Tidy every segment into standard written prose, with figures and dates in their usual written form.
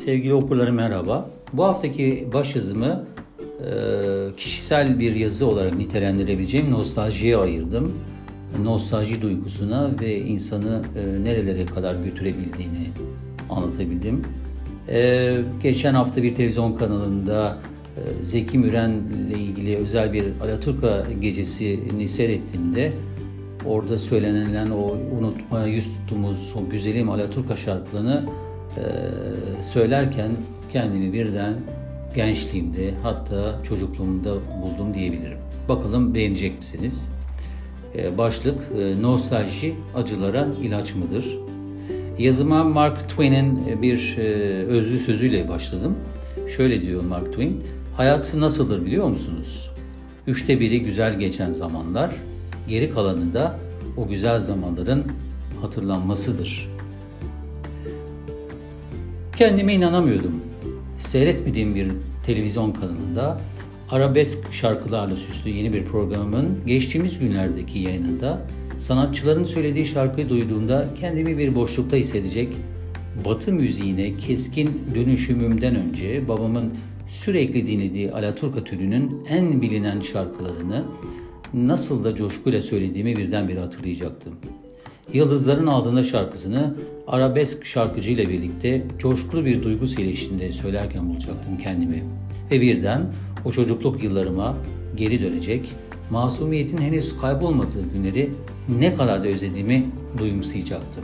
Sevgili okurlarım merhaba. Bu haftaki başyazımı kişisel bir yazı olarak nitelendirebileceğim nostaljiye ayırdım. Nostalji duygusuna ve insanı nerelere kadar götürebildiğini anlatabildim. Geçen hafta bir televizyon kanalında Zeki Müren'le ilgili özel bir Alaturka gecesini seyrettiğimde orada söylenilen o unutmaya yüz tuttuğumuz o güzelim Alaturka şarkılarını söylerken kendimi birden gençliğimde hatta çocukluğumda buldum diyebilirim. Bakalım beğenecek misiniz? Başlık nostalji acılara ilaç mıdır? Yazıma Mark Twain'in bir özlü sözüyle başladım. Şöyle diyor Mark Twain: hayat nasıldır biliyor musunuz? 1/3 güzel geçen zamanlar, geri kalanı da o güzel zamanların hatırlanmasıdır. Kendime inanamıyordum. Seyretmediğim bir televizyon kanalında arabesk şarkılarla süslü yeni bir programın geçtiğimiz günlerdeki yayınında sanatçıların söylediği şarkıyı duyduğumda kendimi bir boşlukta hissedecek, Batı müziğine keskin dönüşümümden önce babamın sürekli dinlediği Alaturka türünün en bilinen şarkılarını nasıl da coşkuyla söylediğimi birdenbire hatırlayacaktım. Yıldızların Altında şarkısını arabesk şarkıcıyla birlikte coşkulu bir duygu eşliğinde söylerken bulacaktım kendimi. Ve birden o çocukluk yıllarıma geri dönecek, masumiyetin henüz kaybolmadığı günleri ne kadar da özlediğimi duyumsayacaktım.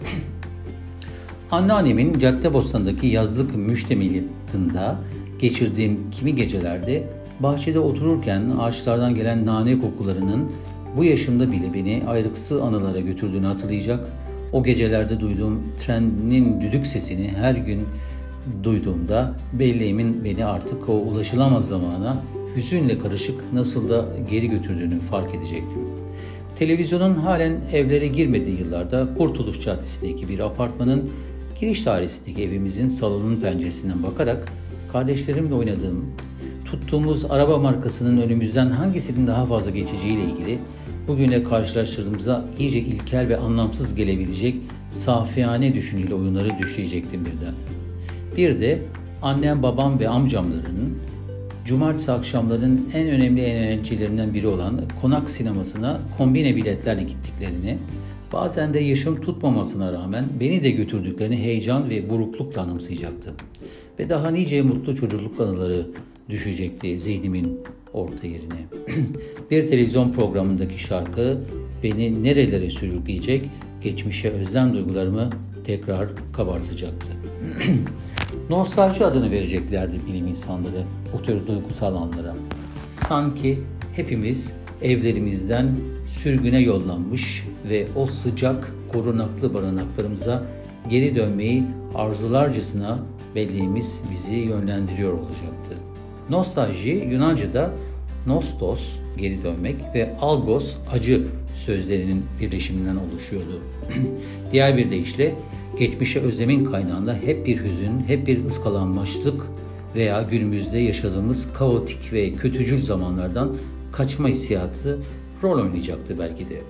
Anneannemin Caddebostan'daki yazlık müştemilatında geçirdiğim kimi gecelerde bahçede otururken ağaçlardan gelen nane kokularının bu yaşımda bile beni ayrıksı anılara götürdüğünü hatırlayacak, o gecelerde duyduğum trenin düdük sesini her gün duyduğumda belleğimin beni artık o ulaşılamaz zamana hüzünle karışık nasıl da geri götürdüğünü fark edecektim. Televizyonun halen evlere girmediği yıllarda Kurtuluş Caddesi'ndeki bir apartmanın giriş dairesindeki evimizin salonunun penceresinden bakarak kardeşlerimle oynadığım, tuttuğumuz araba markasının önümüzden hangisinin daha fazla geçeceğiyle ilgili bugüne karşılaştırdığımızda iyice ilkel ve anlamsız gelebilecek safiyane düşünceli oyunları düşleyecektim birden. Bir de annem, babam ve amcamların cumartesi akşamlarının en önemli eğlencelerinden biri olan konak sinemasına kombine biletlerle gittiklerini, bazen de yaşım tutmamasına rağmen beni de götürdüklerini heyecan ve buruklukla anımsayacaktım. Ve daha nice mutlu çocukluk anıları düşecekti zihnimin orta yerine. Bir televizyon programındaki şarkı beni nerelere sürükleyecek, geçmişe özlem duygularımı tekrar kabartacaktı. Nostalji adını vereceklerdi bilim insanları bu tür duygusal anlara. Sanki hepimiz evlerimizden sürgüne yollanmış ve o sıcak, korunaklı barınaklarımıza geri dönmeyi arzularcasına belleğimiz bizi yönlendiriyor olacaktı. Nostalji Yunanca'da nostos, geri dönmek ve algos, acı sözlerinin birleşiminden oluşuyordu. Diğer bir deyişle geçmişe özlemin kaynağında hep bir hüzün, hep bir ıskalanmışlık veya günümüzde yaşadığımız kaotik ve kötücül zamanlardan kaçma hissiyatı rol oynayacaktı belki de.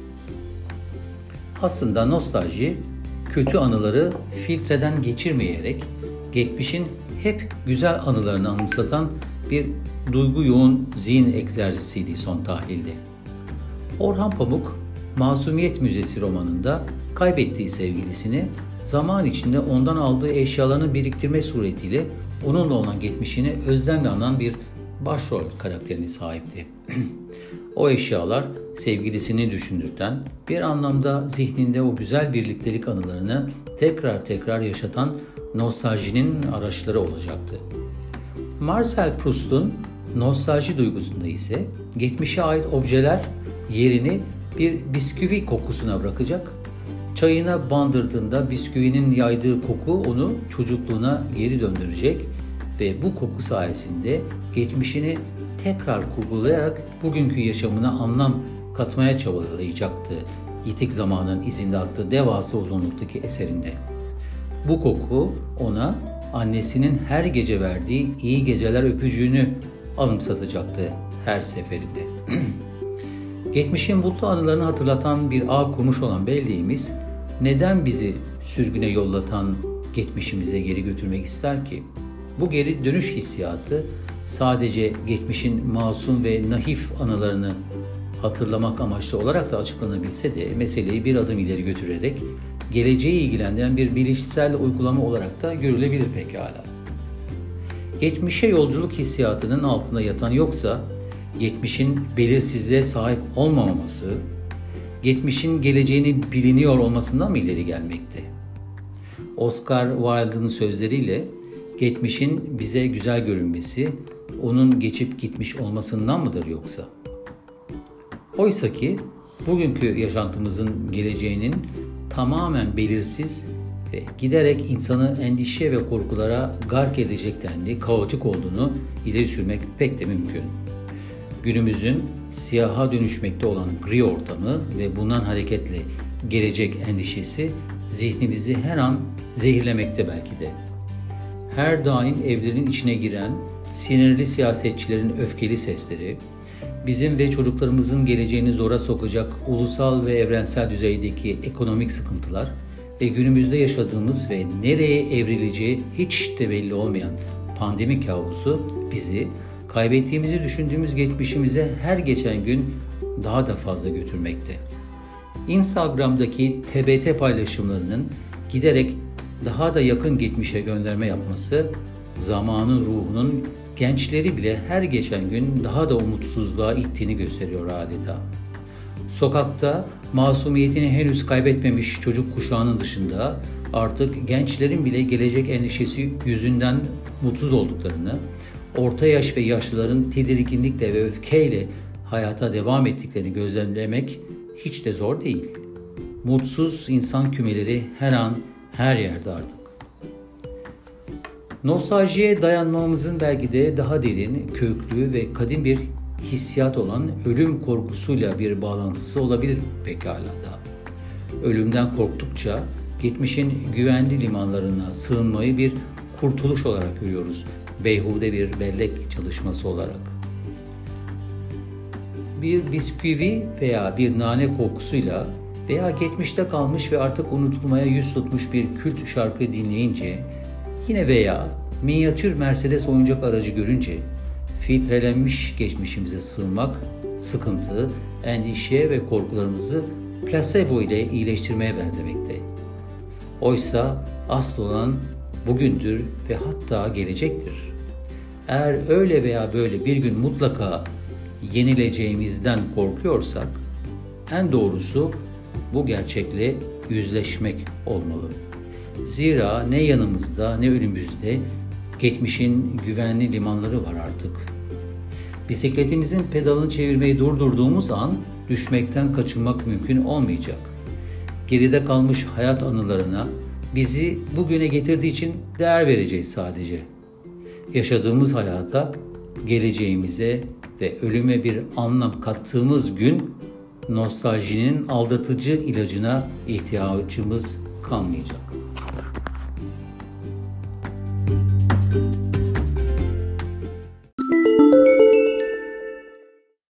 Aslında nostalji kötü anıları filtreden geçirmeyerek geçmişin hep güzel anılarını anımsatan bir duygu yoğun zihin egzersiziydi son tahlilde. Orhan Pamuk, Masumiyet Müzesi romanında kaybettiği sevgilisini zaman içinde ondan aldığı eşyalarını biriktirme suretiyle onunla olan geçmişini özlemle anan bir başrol karakterini sahipti. O eşyalar sevgilisini düşündürten, bir anlamda zihninde o güzel birliktelik anılarını tekrar tekrar yaşatan nostaljinin araçları olacaktı. Marcel Proust'un nostalji duygusunda ise geçmişe ait objeler yerini bir bisküvi kokusuna bırakacak, çayına bandırdığında bisküvinin yaydığı koku onu çocukluğuna geri döndürecek ve bu koku sayesinde geçmişini tekrar kurgulayarak bugünkü yaşamına anlam katmaya çabalayacaktı Yitik Zamanın izinde attığı devasa uzunluktaki eserinde. Bu koku ona annesinin her gece verdiği iyi geceler öpücüğünü anımsatacaktı her seferinde. Geçmişin mutlu anılarını hatırlatan bir ağ kurmuş olan belleğimiz, neden bizi sürgüne yollatan geçmişimize geri götürmek ister ki? Bu geri dönüş hissiyatı sadece geçmişin masum ve naif anılarını hatırlamak amaçlı olarak da açıklanabilse de meseleyi bir adım ileri götürerek geleceği ilgilendiren bir bilişsel uygulama olarak da görülebilir pekala. Geçmişe yolculuk hissiyatının altında yatan yoksa geçmişin belirsizliğe sahip olmamaması, geçmişin geleceğini biliniyor olmasından mı ileri gelmekte? Oscar Wilde'ın sözleriyle geçmişin bize güzel görünmesi, onun geçip gitmiş olmasından mıdır yoksa? Oysa ki bugünkü yaşantımızın geleceğinin tamamen belirsiz ve giderek insanı endişe ve korkulara gark edecek denli kaotik olduğunu ileri sürmek pek de mümkün. Günümüzün siyaha dönüşmekte olan gri ortamı ve bundan hareketle gelecek endişesi zihnimizi her an zehirlemekte belki de. Her daim evlerin içine giren sinirli siyasetçilerin öfkeli sesleri, bizim ve çocuklarımızın geleceğini zora sokacak ulusal ve evrensel düzeydeki ekonomik sıkıntılar ve günümüzde yaşadığımız ve nereye evrileceği hiç de belli olmayan pandemi kabusu bizi kaybettiğimizi düşündüğümüz geçmişimize her geçen gün daha da fazla götürmekte. Instagram'daki TBT paylaşımlarının giderek daha da yakın geçmişe gönderme yapması, zamanın ruhunun gençleri bile her geçen gün daha da umutsuzluğa ittiğini gösteriyor adeta. Sokakta masumiyetini henüz kaybetmemiş çocuk kuşağının dışında artık gençlerin bile gelecek endişesi yüzünden mutsuz olduklarını, orta yaş ve yaşlıların tedirginlikle ve öfkeyle hayata devam ettiklerini gözlemlemek hiç de zor değil. Mutsuz insan kümeleri her an, her yerde artık. Nostaljiye dayanmamızın belki de daha derin, köklü ve kadim bir hissiyat olan ölüm korkusuyla bir bağlantısı olabilir pekala da. Ölümden korktukça geçmişin güvenli limanlarına sığınmayı bir kurtuluş olarak görüyoruz. Beyhude bir bellek çalışması olarak. Bir bisküvi veya bir nane kokusuyla veya geçmişte kalmış ve artık unutulmaya yüz tutmuş bir kült şarkı dinleyince, yine veya minyatür Mercedes oyuncak aracı görünce filtrelenmiş geçmişimize sığınmak, sıkıntı, endişe ve korkularımızı plasebo ile iyileştirmeye benzemekte. Oysa asıl olan bugündür ve hatta gelecektir. Eğer öyle veya böyle bir gün mutlaka yenileceğimizden korkuyorsak, en doğrusu bu gerçekle yüzleşmek olmalı. Zira ne yanımızda ne önümüzde geçmişin güvenli limanları var artık. Bisikletimizin pedalını çevirmeyi durdurduğumuz an düşmekten kaçınmak mümkün olmayacak. Geride kalmış hayat anılarına bizi bugüne getirdiği için değer vereceğiz sadece. Yaşadığımız hayata, geleceğimize ve ölüme bir anlam kattığımız gün nostaljinin aldatıcı ilacına ihtiyacımız kalmayacak.